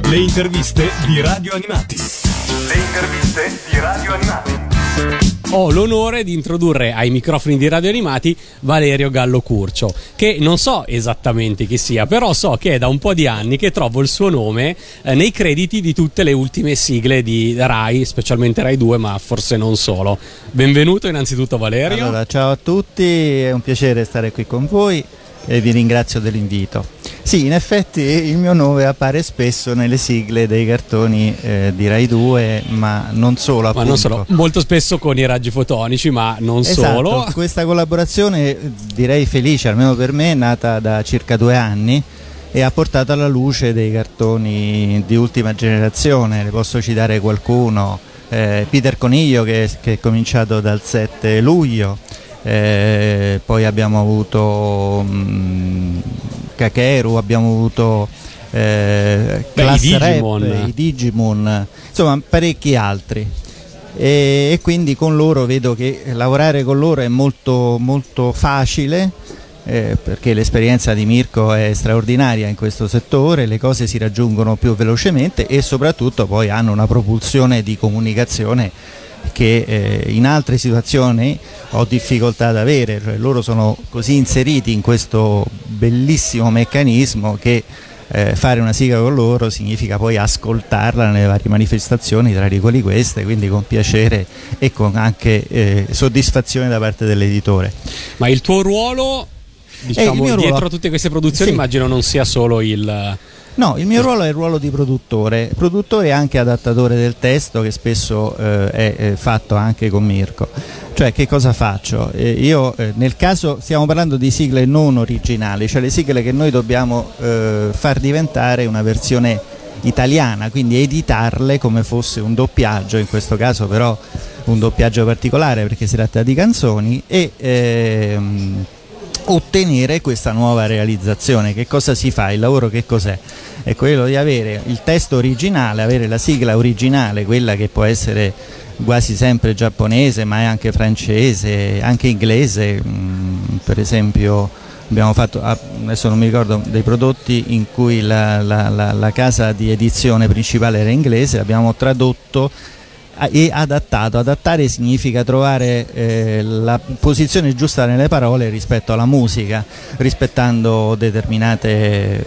Le interviste di Radio Animati. Le interviste di Radio Animati. Ho l'onore di introdurre ai microfoni di Radio Animati Valerio Gallo Curcio, che non so esattamente chi sia, però so che è da un po' di anni che trovo il suo nome nei crediti di tutte le ultime sigle di Rai, specialmente Rai 2, ma forse non solo. Benvenuto innanzitutto Valerio. Allora, ciao a tutti, è un piacere stare qui con voi e vi ringrazio dell'invito. Sì, in effetti il mio nome appare spesso nelle sigle dei cartoni di Rai 2, ma non solo, appunto. Ma non solo, molto spesso con i raggi fotonici, ma non esatto, solo. Questa collaborazione, direi felice, almeno per me, è nata da circa 2 anni e ha portato alla luce dei cartoni di ultima generazione. Ne posso citare qualcuno: Peter Coniglio, che è cominciato dal 7 luglio, poi abbiamo avuto Kakeru, abbiamo avuto Class Rap, i Digimon, insomma parecchi altri, e quindi con loro vedo che lavorare con loro è molto molto facile, perché l'esperienza di Mirko è straordinaria in questo settore, le cose si raggiungono più velocemente e soprattutto poi hanno una propulsione di comunicazione che in altre situazioni ho difficoltà ad avere, cioè loro sono così inseriti in questo bellissimo meccanismo che fare una sigla con loro significa poi ascoltarla nelle varie manifestazioni, tra le quali queste, quindi con piacere e con anche soddisfazione da parte dell'editore. Ma il tuo ruolo, diciamo, dietro ruolo, a tutte queste produzioni, sì, immagino non sia solo il... No, il mio ruolo è il ruolo di produttore e anche adattatore del testo, che spesso è fatto anche con Mirko. Cioè, che cosa faccio? Io nel caso stiamo parlando di sigle non originali, cioè le sigle che noi dobbiamo far diventare una versione italiana, quindi editarle come fosse un doppiaggio, in questo caso però un doppiaggio particolare perché si tratta di canzoni, e ottenere questa nuova realizzazione. Che cosa si fa? Il lavoro che cos'è? È quello di avere il testo originale, avere la sigla originale, quella che può essere quasi sempre giapponese, ma è anche francese, anche inglese. Per esempio abbiamo fatto, adesso non mi ricordo, dei prodotti in cui la casa di edizione principale era inglese, abbiamo tradotto e adattato. Adattare significa trovare la posizione giusta nelle parole rispetto alla musica, rispettando determinate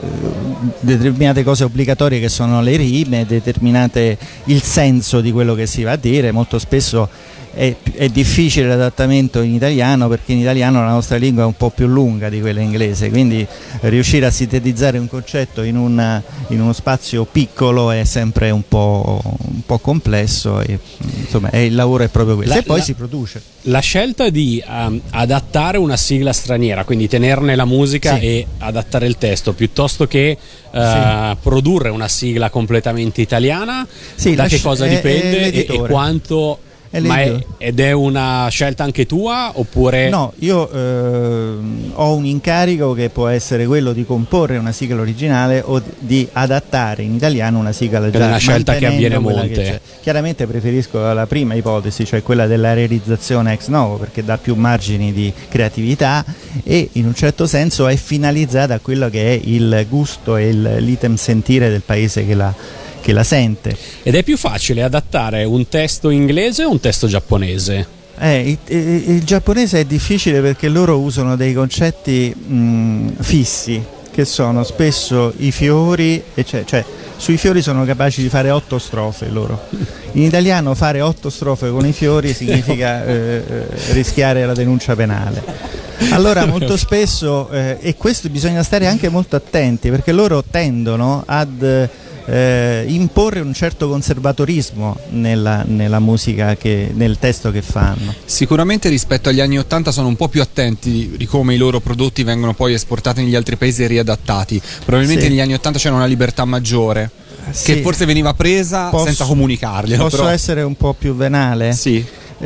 cose obbligatorie che sono le rime, determinate il senso di quello che si va a dire. Molto spesso è difficile l'adattamento in italiano, perché in italiano la nostra lingua è un po' più lunga di quella inglese, quindi riuscire a sintetizzare un concetto in uno spazio piccolo è sempre un po' complesso, e insomma il lavoro è proprio questo, e poi si produce. La scelta di adattare una sigla straniera, quindi tenerne la musica, sì, e adattare il testo, piuttosto che produrre una sigla completamente italiana, sì, da che cosa dipende e quanto... Ed è una scelta anche tua, oppure? No, io ho un incarico che può essere quello di comporre una sigla originale o di adattare in italiano una sigla già. È una scelta che avviene molte. Chiaramente preferisco la prima ipotesi, cioè quella della realizzazione ex novo, perché dà più margini di creatività e in un certo senso è finalizzata a quello che è il gusto e l'item sentire del paese che la sente. Ed è più facile adattare un testo inglese o un testo giapponese? Il giapponese è difficile perché loro usano dei concetti fissi, che sono spesso i fiori, cioè sui fiori sono capaci di fare 8 strofe loro. In italiano fare 8 strofe con i fiori significa rischiare la denuncia penale. Allora molto spesso, e questo bisogna stare anche molto attenti, perché loro tendono ad imporre un certo conservatorismo nella musica, nel testo che fanno. Sicuramente rispetto agli anni 80 sono un po' più attenti di come i loro prodotti vengono poi esportati negli altri paesi e riadattati. Probabilmente negli anni 80 c'era una libertà maggiore, che forse veniva presa senza comunicarglielo. Posso essere un po' più venale? Sì.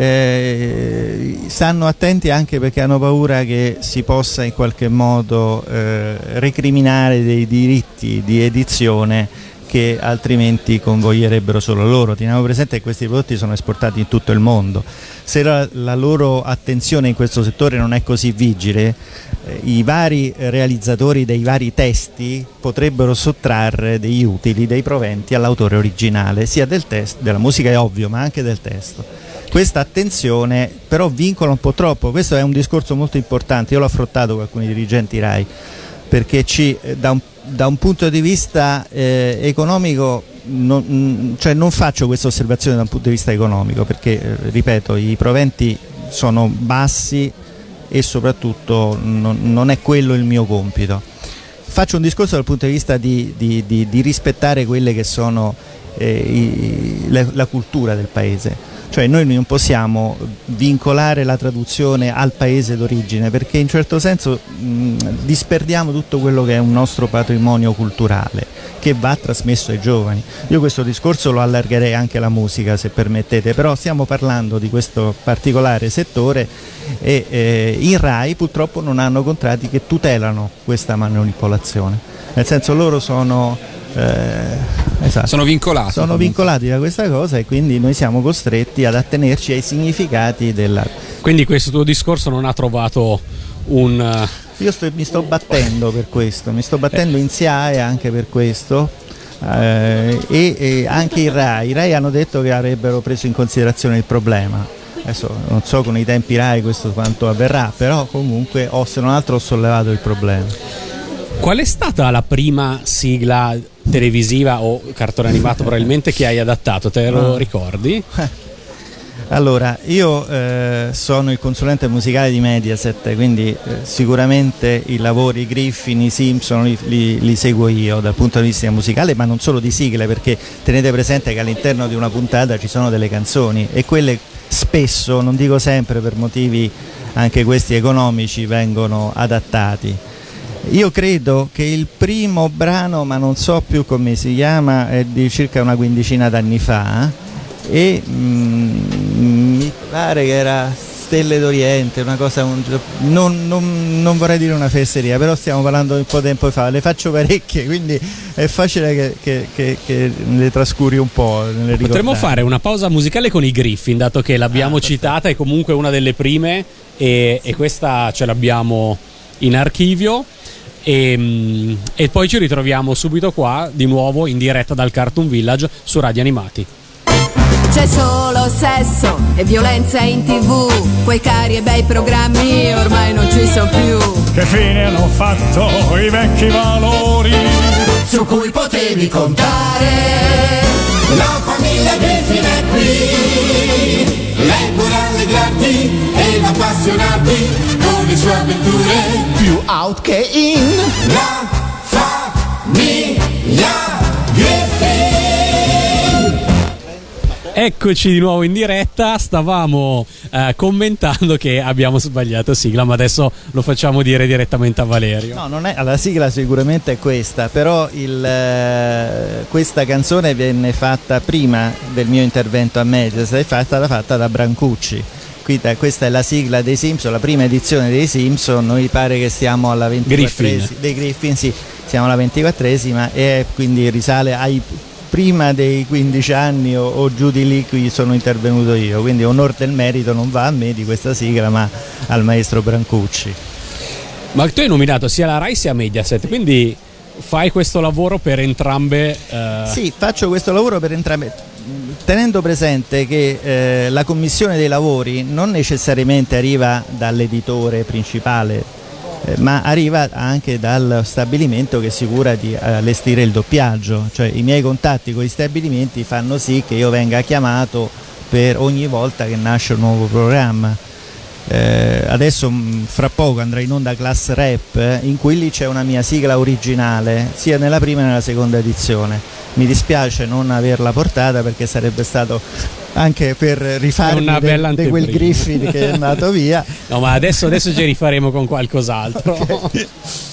Stanno attenti anche perché hanno paura che si possa in qualche modo recriminare dei diritti di edizione che altrimenti convoglierebbero solo loro. Teniamo presente che questi prodotti sono esportati in tutto il mondo. Se la loro attenzione in questo settore non è così vigile, i vari realizzatori dei vari testi potrebbero sottrarre degli utili, dei proventi all'autore originale, sia del testo, della musica è ovvio, ma anche del testo. Questa attenzione però vincola un po' troppo. Questo è un discorso molto importante, io l'ho affrontato con alcuni dirigenti RAI, perché da un punto di vista economico non faccio questa osservazione da un punto di vista economico, perché ripeto, i proventi sono bassi e soprattutto non è quello il mio compito. Faccio un discorso dal punto di vista di rispettare quelle che sono la cultura del paese. Cioè noi non possiamo vincolare la traduzione al paese d'origine, perché in certo senso disperdiamo tutto quello che è un nostro patrimonio culturale che va trasmesso ai giovani. Io questo discorso lo allargherei anche alla musica, se permettete, però stiamo parlando di questo particolare settore e i RAI purtroppo non hanno contratti che tutelano questa manipolazione, nel senso loro sono esatto, sono vincolati da questa cosa, e quindi noi siamo costretti ad attenerci ai significati della. Quindi questo tuo discorso non ha trovato un Io mi sto battendo per questo, mi sto battendo in SIAE anche per questo, e anche i RAI hanno detto che avrebbero preso in considerazione il problema. Adesso non so con i tempi RAI questo quanto avverrà, però comunque se non altro ho sollevato il problema. Qual è stata la prima sigla televisiva o cartone animato probabilmente che hai adattato? Te lo ricordi? Allora, io sono il consulente musicale di Mediaset, quindi sicuramente i lavori Griffin, i Simpson li seguo io dal punto di vista musicale, ma non solo di sigle, perché tenete presente che all'interno di una puntata ci sono delle canzoni e quelle spesso, non dico sempre per motivi anche questi economici, vengono adattati. Io credo che il primo brano, ma non so più come si chiama, è di circa una quindicina d'anni fa, e mi pare che era Stelle d'Oriente, una cosa, non vorrei dire una fesseria, però stiamo parlando di un po' di tempo fa, le faccio parecchie, quindi è facile che le trascuri un po'. Potremmo fare una pausa musicale con i Griffin, dato che l'abbiamo citata, è comunque una delle prime e questa ce l'abbimo in archivio. E poi ci ritroviamo subito qua di nuovo in diretta dal Cartoon Village su Radio Animati. C'è solo sesso e violenza in TV, quei cari e bei programmi ormai non ci sono più. Che fine hanno fatto i vecchi valori su cui potevi contare? La famiglia Griffin è qui, lei può rallegrarti ed appassionarti con le sue avventure più out che in. La famiglia Griffin. Eccoci di nuovo in diretta, stavamo commentando che abbiamo sbagliato sigla, ma adesso lo facciamo dire direttamente a Valerio. No, non è, la sigla sicuramente è questa, però questa canzone venne fatta prima del mio intervento a Mediaset, è stata fatta da Brancucci. Questa è la sigla dei Simpson, la prima edizione dei Simpson, noi pare che stiamo alla 24esima, dei Griffin, sì, siamo alla 24esima e quindi risale ai prima dei 15 anni o giù di lì cui sono intervenuto io, quindi onor del merito non va a me di questa sigla ma al maestro Brancucci. Ma tu hai nominato sia la Rai sia Mediaset, quindi fai questo lavoro per entrambe? Sì, faccio questo lavoro per entrambe, tenendo presente che la commissione dei lavori non necessariamente arriva dall'editore principale, ma arriva anche dal stabilimento che si cura di allestire il doppiaggio, cioè i miei contatti con gli stabilimenti fanno sì che io venga chiamato per ogni volta che nasce un nuovo programma. Adesso fra poco andrà in onda Class Rap, in cui lì c'è una mia sigla originale sia nella prima che nella seconda edizione. Mi dispiace non averla portata perché sarebbe stato anche per rifarmi di quel Griffin che è andato via. No, ma adesso ci rifaremo con qualcos'altro. Okay.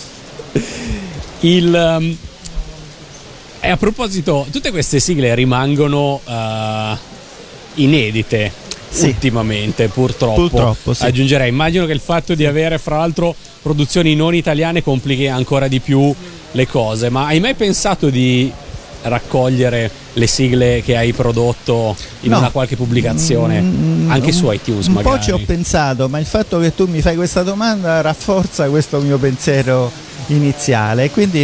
E a proposito, tutte queste sigle rimangono inedite. Sì. Ultimamente purtroppo sì. Aggiungerei, immagino che il fatto di avere fra l'altro produzioni non italiane complichi ancora di più le cose, ma hai mai pensato di raccogliere le sigle che hai prodotto in una qualche pubblicazione anche su iTunes magari? Un po' ci ho pensato, ma il fatto che tu mi fai questa domanda rafforza questo mio pensiero iniziale, quindi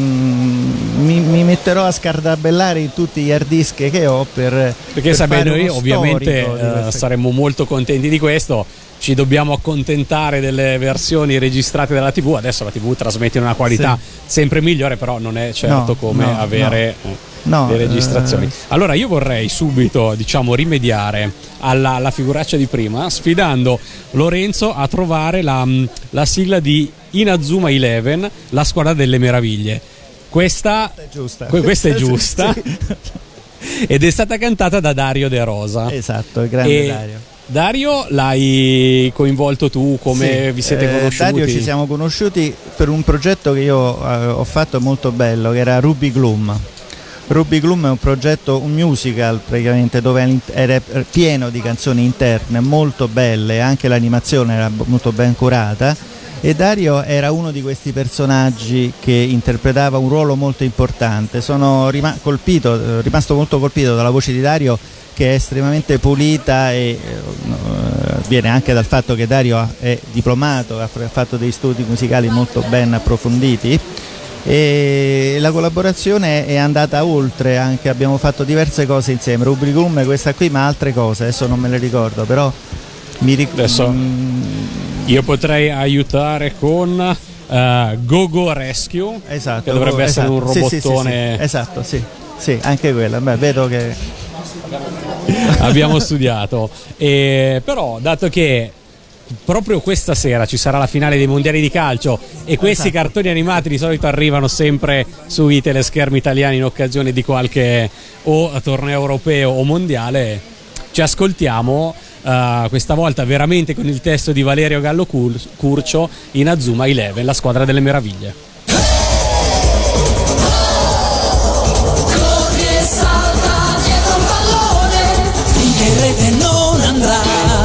mi metterò a scardabellare in tutti gli hard disk che ho perché fare noi uno ovviamente saremmo molto contenti di questo. Ci dobbiamo accontentare delle versioni registrate dalla TV. Adesso la TV trasmette una qualità sempre migliore, però non è certo come avere le registrazioni. Allora io vorrei subito, diciamo, rimediare alla figuraccia di prima, sfidando Lorenzo a trovare la sigla di Inazuma 11, la squadra delle meraviglie. Questa è giusta. Questa è giusta. Sì. Ed è stata cantata da Dario De Rosa. Esatto, il grande Dario l'hai coinvolto tu, come vi siete conosciuti? Dario ci siamo conosciuti per un progetto che io ho fatto molto bello, che era Ruby Gloom. Ruby Gloom è un progetto, un musical praticamente, dove era pieno di canzoni interne molto belle, anche l'animazione era molto ben curata, e Dario era uno di questi personaggi che interpretava un ruolo molto importante. Sono rimasto molto colpito dalla voce di Dario, che è estremamente pulita, e viene anche dal fatto che Dario è diplomato, ha fatto dei studi musicali molto ben approfonditi, e la collaborazione è andata oltre, anche abbiamo fatto diverse cose insieme, Ruby Gloom, questa qui, ma altre cose adesso non me le ricordo, però adesso io potrei aiutare con Go Rescue, esatto, che dovrebbe essere un robottone. Sì, esatto, sì, anche quella. Beh, vedo che abbiamo studiato, però dato che proprio questa sera ci sarà la finale dei mondiali di calcio e questi cartoni animati di solito arrivano sempre sui teleschermi italiani in occasione di qualche torneo europeo o mondiale, ci ascoltiamo questa volta veramente con il testo di Valerio Gallo Curcio, Inazuma 11, la squadra delle meraviglie. Rete non andrà.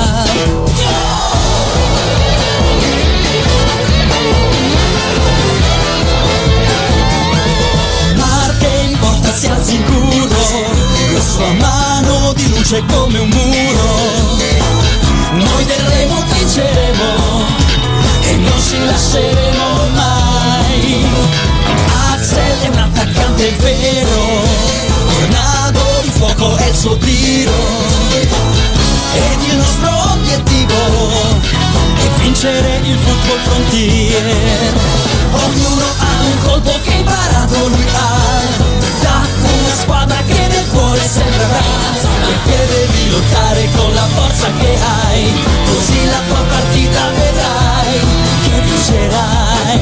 Marche in porta si alza sicuro, la sua mano di luce come un muro. Noi terremo, vinceremo e non ci lasceremo mai. Axel è un attaccante vero, tornado di fuoco è il suo tiro. Ed il nostro obiettivo è vincere il football frontier. Ognuno ha un colpo che imparato lui ha, da una squadra che nel cuore sempre avrà, perché devi lottare con la forza che hai, così la tua partita vedrai che vincerai.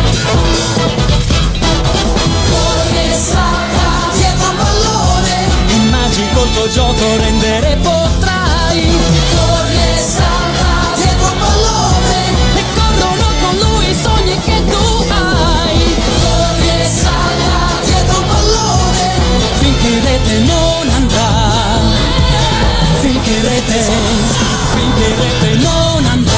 Corri e salta dietro un pallone, il magico il tuo gioco rendere potrai. Corri e salta dietro un pallone e corrono con lui i sogni che tu hai. Corri e salta dietro un pallone finché rete non andrà. Finché rete non andrà.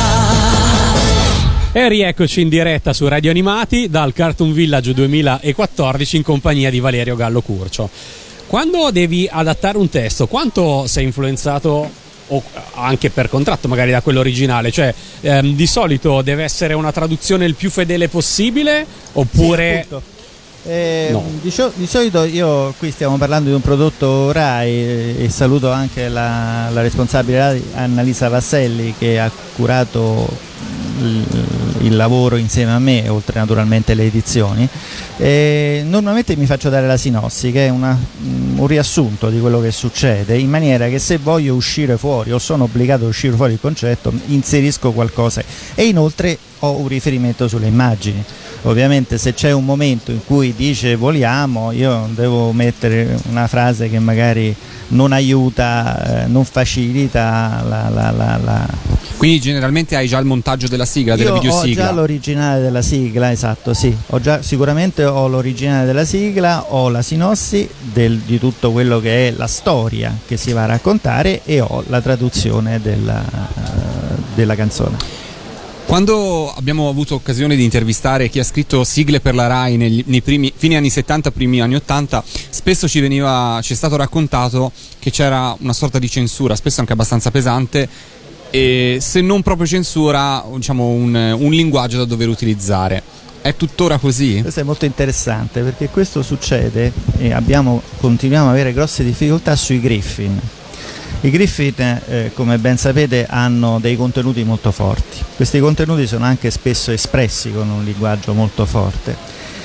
E rieccoci in diretta su Radio Animati dal Cartoon Village 2014 in compagnia di Valerio Gallo Curcio. Quando devi adattare un testo, quanto sei influenzato, o anche per contratto magari, da quello originale? Cioè di solito deve essere una traduzione il più fedele possibile, oppure no? Di solito, io qui stiamo parlando di un prodotto Rai, e saluto anche la responsabile Annalisa Vasselli, che ha curato il lavoro insieme a me, oltre naturalmente le edizioni. Normalmente mi faccio dare la sinossi, che è un riassunto di quello che succede, in maniera che se voglio uscire fuori o sono obbligato a uscire fuori il concetto, inserisco qualcosa, e inoltre ho un riferimento sulle immagini. Ovviamente se c'è un momento in cui dice voliamo, io devo mettere una frase che magari non aiuta, non facilita la... Quindi generalmente hai già il montaggio della sigla, della videosigla? Ho già l'originale della sigla, esatto, sì. Sicuramente ho l'originale della sigla, ho la sinossi di tutto quello che è la storia che si va a raccontare, e ho la traduzione della canzone. Quando abbiamo avuto occasione di intervistare chi ha scritto sigle per la Rai nei fine anni 70, primi anni 80, spesso ci è stato raccontato che c'era una sorta di censura, spesso anche abbastanza pesante, e se non proprio censura, diciamo un linguaggio da dover utilizzare. È tuttora così? Questo è molto interessante, perché questo succede e continuiamo ad avere grosse difficoltà sui Griffin. I Griffin, come ben sapete, hanno dei contenuti molto forti. Questi contenuti sono anche spesso espressi con un linguaggio molto forte.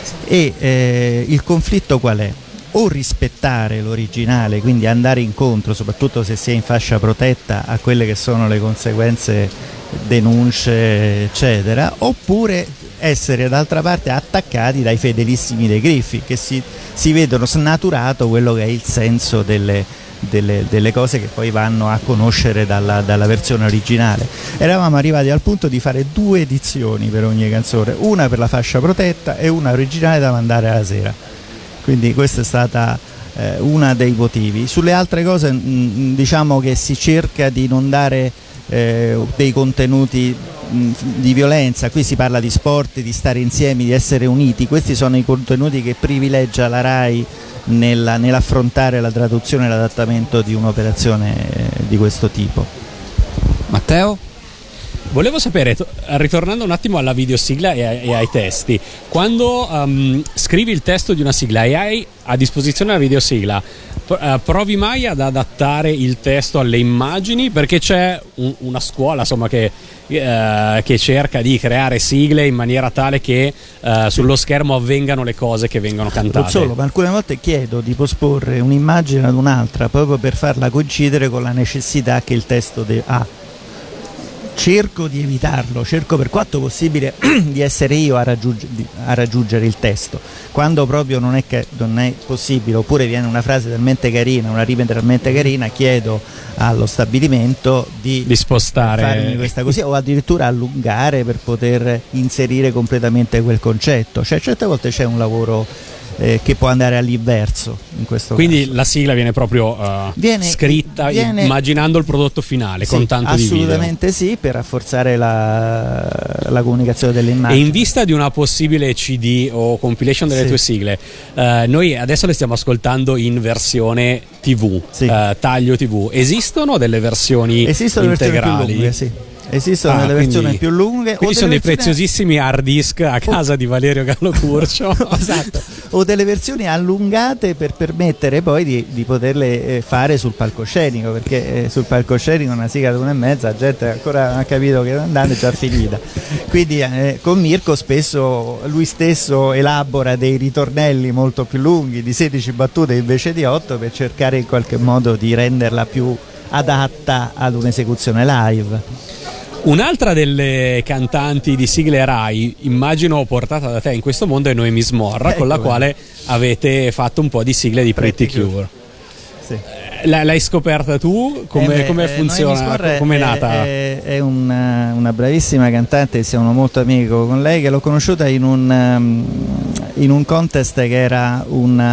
E il conflitto qual è? O rispettare l'originale, quindi andare incontro, soprattutto se si è in fascia protetta, a quelle che sono le conseguenze, denunce, eccetera, oppure essere d'altra parte attaccati dai fedelissimi dei Griffi, che si vedono snaturato quello che è il senso delle cose che poi vanno a conoscere dalla versione originale. Eravamo arrivati al punto di fare 2 edizioni per ogni canzone, una per la fascia protetta e una originale da mandare alla sera. Quindi questa è stata una dei motivi. Sulle altre cose diciamo che si cerca di non dare dei contenuti di violenza. Qui si parla di sport, di stare insieme, di essere uniti. Questi sono i contenuti che privilegia la RAI nell'affrontare la traduzione e l'adattamento di un'operazione di questo tipo. Matteo? Volevo sapere, ritornando un attimo alla videosigla e ai testi, quando scrivi il testo di una sigla e hai a disposizione la videosigla, provi mai ad adattare il testo alle immagini? Perché c'è una scuola, insomma, che cerca di creare sigle in maniera tale che sullo schermo avvengano le cose che vengono cantate. Non solo, ma alcune volte chiedo di posporre un'immagine ad un'altra proprio per farla coincidere con la necessità che il testo ha. Cerco di evitarlo, cerco per quanto possibile di essere io a raggiungere il testo. Quando proprio non è possibile, oppure viene una frase talmente carina, una rima talmente carina, chiedo allo stabilimento di spostare, farmi questa così, o addirittura allungare per poter inserire completamente quel concetto. Cioè certe volte c'è un lavoro che può andare all'inverso in questo quindi caso. La sigla viene proprio scritta immaginando il prodotto finale, sì, con tanto di video. Assolutamente sì, per rafforzare la comunicazione delle immagini. E in vista di una possibile CD o compilation delle tue sigle, noi adesso le stiamo ascoltando in versione TV, taglio TV. Esistono delle versioni integrali? Versioni più lunghe, sì. Esistono delle versioni più lunghe. Quindi sono dei preziosissimi hard disk a casa di Valerio Gallo Curcio. Esatto. O delle versioni allungate per permettere poi di poterle fare sul palcoscenico, perché sul palcoscenico una sigla di 1,5 la gente ancora non ha capito che andando è già finita. Quindi con Mirko spesso lui stesso elabora dei ritornelli molto più lunghi, di 16 battute invece di 8, per cercare in qualche modo di renderla più adatta ad un'esecuzione live. Un'altra delle cantanti di sigle Rai, immagino portata da te in questo mondo, è Noemi Smorra, con la quale avete fatto un po' di sigle di Pretty Cure. Sì. L'hai scoperta tu? Come funziona? Come è nata? È una bravissima cantante, siamo molto amico con lei, che l'ho conosciuta in un contest che era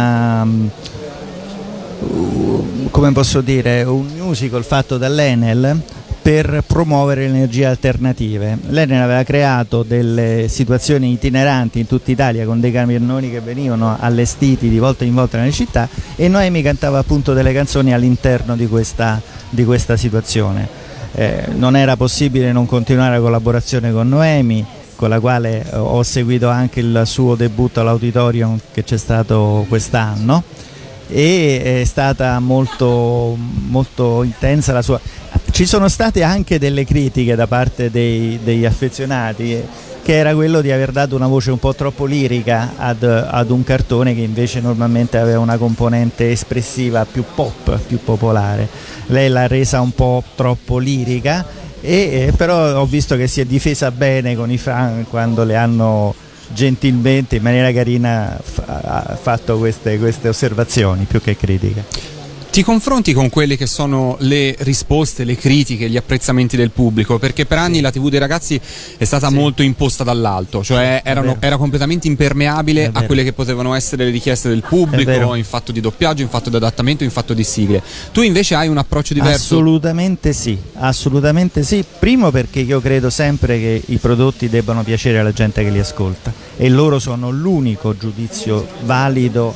come posso dire, un musical fatto dall'Enel per promuovere le energie alternative. L'Enel aveva creato delle situazioni itineranti in tutta Italia con dei camiononi che venivano allestiti di volta in volta nelle città, e Noemi cantava appunto delle canzoni all'interno di questa situazione. Non era possibile non continuare la collaborazione con Noemi, con la quale ho seguito anche il suo debutto all'Auditorium che c'è stato quest'anno, e è stata molto, molto intensa la sua. Ci sono state anche delle critiche da parte degli affezionati, che era quello di aver dato una voce un po' troppo lirica ad un cartone che invece normalmente aveva una componente espressiva più pop, più popolare. Lei l'ha resa un po' troppo lirica, però ho visto che si è difesa bene con i fan quando le hanno gentilmente, in maniera carina, fatto queste osservazioni più che critiche. Ti confronti con quelle che sono le risposte, le critiche, gli apprezzamenti del pubblico? Perché per anni la TV dei ragazzi è stata molto imposta dall'alto, cioè era completamente impermeabile a quelle che potevano essere le richieste del pubblico in fatto di doppiaggio, in fatto di adattamento, in fatto di sigle. Tu invece hai un approccio diverso? Assolutamente sì. Primo perché io credo sempre che i prodotti debbano piacere alla gente che li ascolta, e loro sono l'unico giudizio valido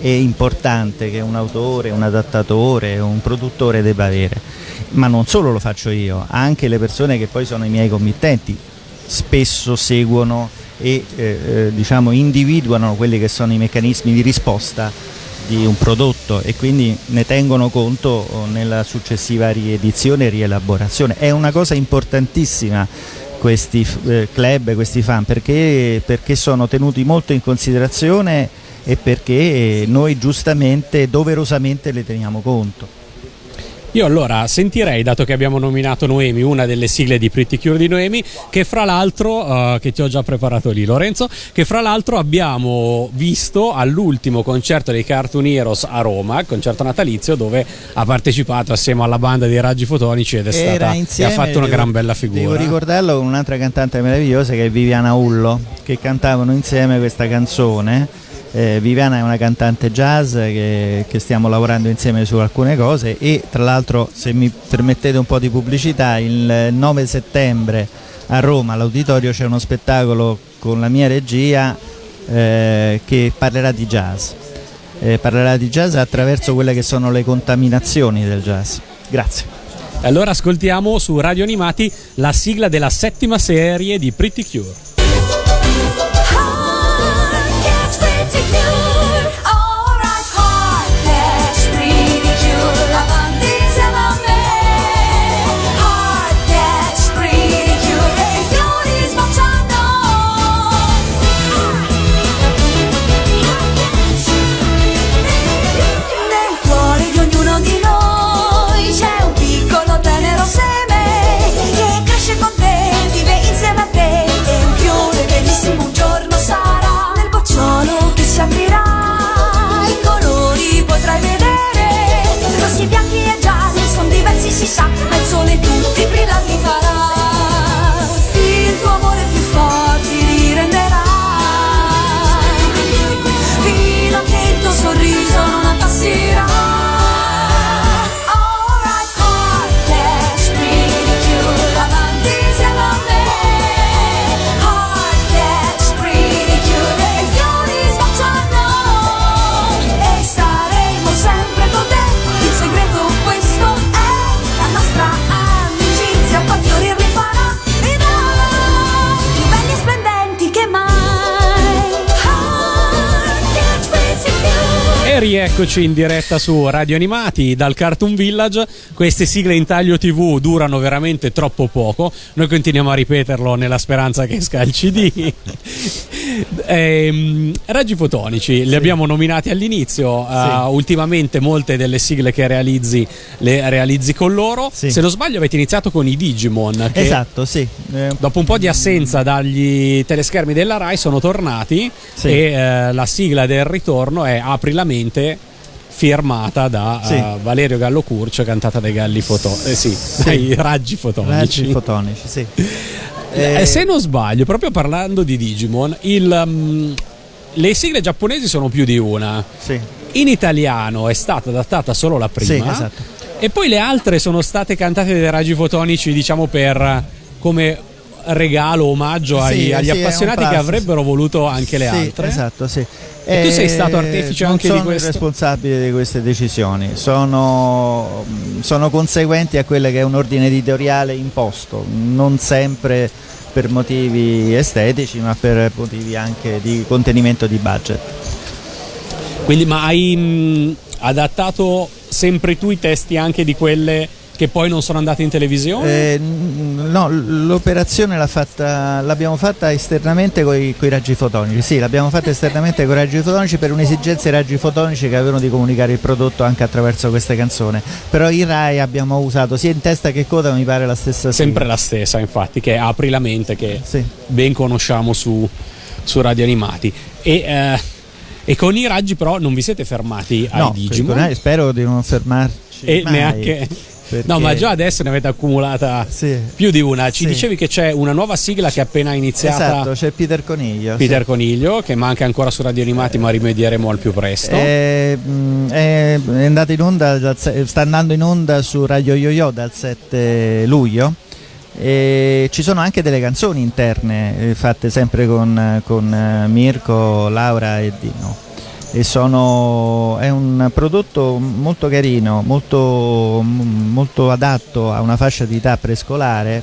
è importante che un autore, un adattatore, un produttore debba avere. Ma non solo lo faccio io, anche le persone che poi sono i miei committenti spesso seguono e diciamo individuano quelli che sono i meccanismi di risposta di un prodotto e quindi ne tengono conto nella successiva riedizione e rielaborazione. È una cosa importantissima questi club, questi fan, perché sono tenuti molto in considerazione e perché noi giustamente, doverosamente le teniamo conto. Io allora sentirei, dato che abbiamo nominato Noemi, una delle sigle di Pretty Cure di Noemi, che fra l'altro, che ti ho già preparato lì Lorenzo, che fra l'altro abbiamo visto all'ultimo concerto dei Cartoon Heroes a Roma, concerto natalizio, dove ha partecipato assieme alla banda dei Raggi Fotonici ed è stata insieme, e ha fatto una gran bella figura. Devo ricordarlo con un'altra cantante meravigliosa che è Viviana Ullo, che cantavano insieme questa canzone. Viviana è una cantante jazz che stiamo lavorando insieme su alcune cose e tra l'altro, se mi permettete un po' di pubblicità, il 9 settembre a Roma all'Auditorio c'è uno spettacolo con la mia regia che parlerà di jazz. Parlerà di jazz attraverso quelle che sono le contaminazioni del jazz. Grazie. Allora ascoltiamo su Radio Animati la sigla della 7ª serie di Pretty Cure. si aprirà, i colori potrai vedere, rossi, bianchi e gialli, son diversi si sa, ma il sole tutti brillanti farà, il tuo amore più forte ti renderà, fino a che il tuo sorriso non appassirà. E rieccoci in diretta su Radio Animati dal Cartoon Village. Queste sigle in taglio TV durano veramente troppo poco. Noi continuiamo a ripeterlo nella speranza che esca il CD. Raggi Fotonici, li abbiamo nominati all'inizio. Ultimamente molte delle sigle che realizzi le realizzi con loro. Se non sbaglio avete iniziato con i Digimon che esatto, dopo un po' di assenza dagli teleschermi della Rai sono tornati e la sigla del ritorno è Apri la mente, firmata da Valerio Gallo Curcio, cantata dai Galli dai Raggi Fotonici. Raggi Fotonici, sì. Se non sbaglio, proprio parlando di Digimon, le sigle giapponesi sono più di una. In italiano è stata adattata solo la prima, esatto. E poi le altre sono state cantate dai Raggi Fotonici, diciamo, per come regalo, omaggio agli appassionati che avrebbero voluto anche le altre. Esatto, sì. E tu sei stato artefice anche di questo? Non sono responsabile di queste decisioni, sono conseguenti a quello che è un ordine editoriale imposto, non sempre per motivi estetici, ma per motivi anche di contenimento di budget. Quindi, ma hai adattato sempre tu i testi anche di quelle che poi non sono andate in televisione? No, l'operazione l'abbiamo fatta esternamente con i Raggi Fotonici. Sì, l'abbiamo fatta esternamente con i Raggi Fotonici per un'esigenza i Raggi Fotonici che avevano di comunicare il prodotto anche attraverso queste canzoni. Però in Rai abbiamo usato sia in testa che coda, mi pare la stessa. Sempre la stessa, infatti, che è Apri la mente, che ben conosciamo su Radio Animati. E con i Raggi però non vi siete fermati ai Digimon? Spero di non fermarci mai. Neanche. Perché... No, ma già adesso ne avete accumulata più di una. Ci dicevi che c'è una nuova sigla che è appena iniziata. Esatto, c'è Peter Coniglio. Coniglio, che manca ancora su Radio Animati, ma rimedieremo al più presto. È andata in onda, sta andando in onda su Radio Yo-Yo dal 7 luglio. E ci sono anche delle canzoni interne fatte sempre con Mirko, Laura e Dino. è un prodotto molto carino, molto adatto a una fascia di età prescolare,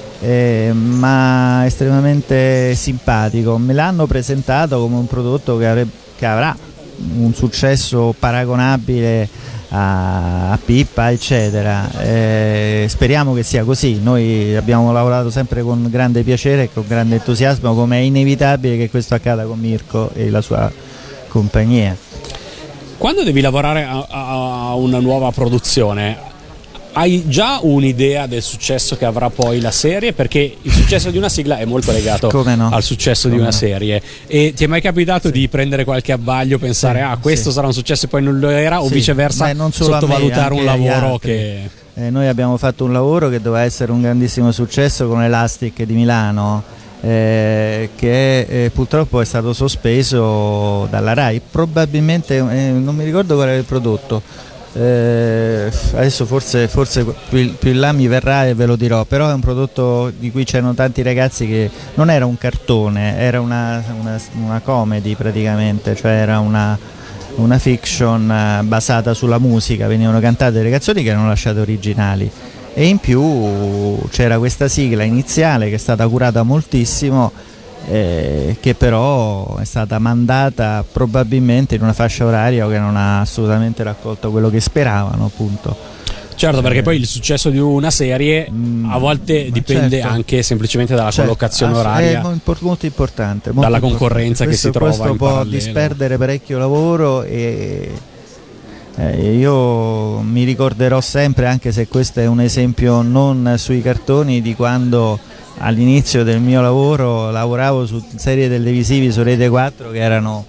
ma estremamente simpatico. Me l'hanno presentato come un prodotto che avrà un successo paragonabile a Pippa, eccetera. Speriamo che sia così. Noi abbiamo lavorato sempre con grande piacere e con grande entusiasmo, come è inevitabile che questo accada con Mirko e la sua compagnia. Quando devi lavorare a una nuova produzione, hai già un'idea del successo che avrà poi la serie? Perché il successo di una sigla è molto legato al successo di una serie. E ti è mai capitato di prendere qualche abbaglio, pensare questo sarà un successo e poi non lo era, o viceversa, non solo sottovalutare un lavoro che... Noi abbiamo fatto un lavoro che doveva essere un grandissimo successo con Elastic di Milano, che purtroppo è stato sospeso dalla Rai. Probabilmente non mi ricordo qual era il prodotto. Adesso forse più in là mi verrà e ve lo dirò, però è un prodotto di cui c'erano tanti ragazzi, che non era un cartone, era una comedy praticamente, cioè era una fiction basata sulla musica, venivano cantate delle canzoni che erano lasciate originali, e in più c'era questa sigla iniziale che è stata curata moltissimo, che però è stata mandata probabilmente in una fascia oraria che non ha assolutamente raccolto quello che speravano, appunto. Certo, perché poi il successo di una serie a volte dipende anche semplicemente dalla collocazione oraria, è molto importante, dalla concorrenza che si trova questo in può parallelo. disperdere parecchio lavoro, e io mi ricorderò sempre, anche se questo è un esempio non sui cartoni, di quando all'inizio del mio lavoro lavoravo su serie televisivi su Rete 4 che erano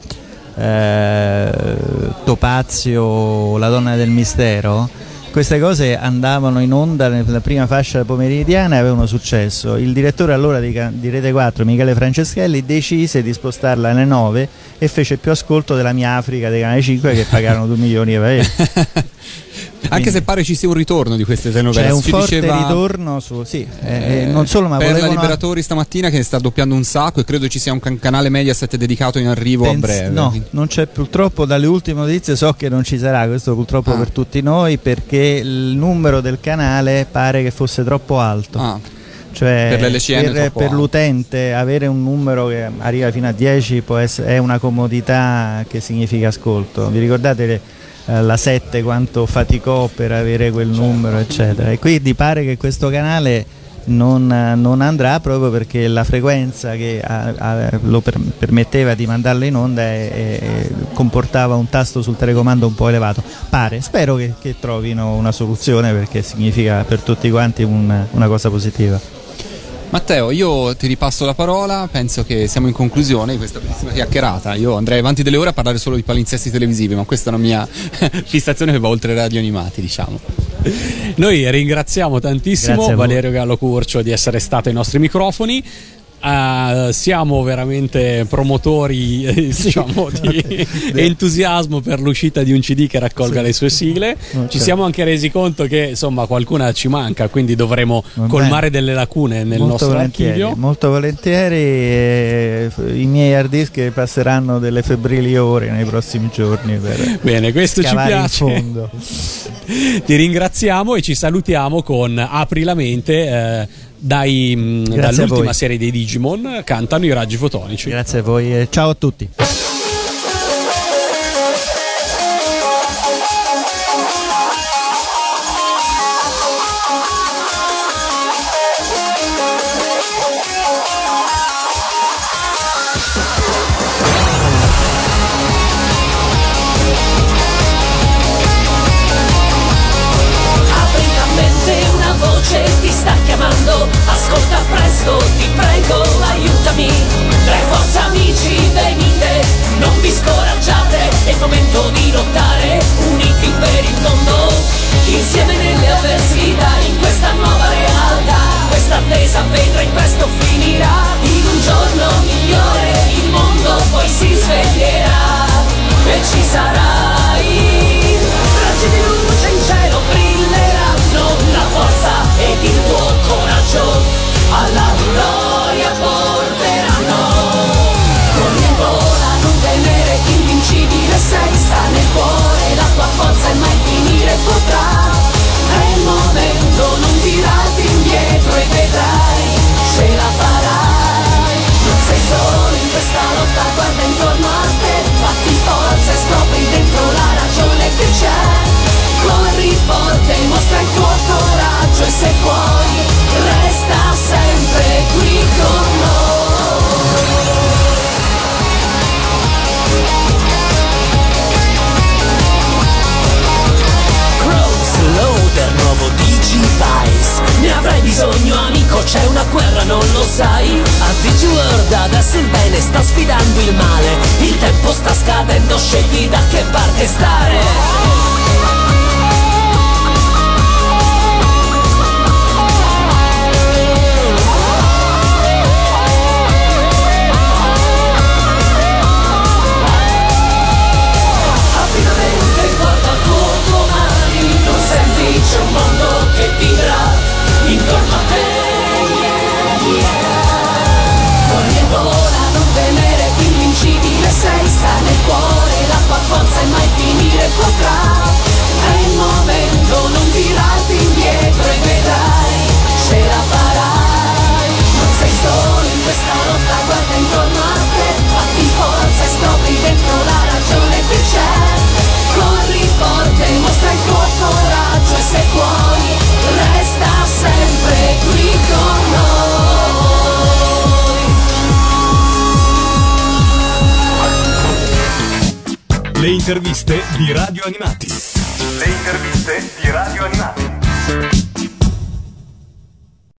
Topazio, La donna del mistero. Queste cose andavano in onda nella prima fascia pomeridiana e avevano successo. Il direttore allora di Rete 4, Michele Franceschelli, decise di spostarla alle 9 e fece più ascolto della Mia Africa dei Canale 5, che pagarono 2 milioni di euro. Anche se pare ci sia un ritorno di queste telenovele. C'è un forte ritorno su, non solo, ma per la Liberatori stamattina, che sta doppiando un sacco, e credo ci sia un canale Mediaset dedicato in arrivo a breve. No, non c'è, purtroppo dalle ultime notizie so che non ci sarà, questo purtroppo per tutti noi, perché il numero del canale pare che fosse troppo alto. Cioè per l'LCN per l'utente avere un numero che arriva fino a 10 è una comodità che significa ascolto. Vi ricordate la 7 quanto faticò per avere quel numero, eccetera, e quindi pare che questo canale non andrà, proprio perché la frequenza che lo permetteva di mandarlo in onda comportava un tasto sul telecomando un po' elevato. Spero che trovino una soluzione, perché significa per tutti quanti una cosa positiva. Matteo, io ti ripasso la parola, penso che siamo in conclusione di questa bellissima chiacchierata. Io andrei avanti delle ore a parlare solo di palinsesti televisivi, ma questa è una mia fissazione che va oltre radio animati, diciamo. Noi ringraziamo tantissimo Valerio Gallo Curcio di essere stato ai nostri microfoni. Siamo veramente promotori diciamo di entusiasmo per l'uscita di un CD che raccolga le sue sigle. Ci siamo anche resi conto che insomma qualcuna ci manca, quindi dovremo colmare delle lacune nel nostro archivio. Molto volentieri, i miei hard disk passeranno delle febbrili ore nei prossimi giorni per bene, questo ci piace. In fondo. Ti ringraziamo e ci salutiamo con Apri la mente, dall'ultima serie dei Digimon, cantano i raggi fotonici. Grazie a voi e ciao a tutti. Ti sta chiamando, ascolta presto, ti prego, aiutami. 3 forza amici, venite male, sta sfidando il male, il tempo sta scadendo, scegli da che parte stare. C'è un mondo che vibra intorno a te, corri e vola, non temere, invincibile sei, sta nel cuore, la tua forza e mai finire potrà, è il momento, non tirarti indietro e vedrai, ce la farai, non sei solo in questa lotta, guarda intorno a te, fatti forza e scopri dentro la ragione che c'è, corri forte, mostra il tuo coraggio e se puoi resta sempre qui con noi. Le interviste di Radio Animati. Le interviste di Radio Animati.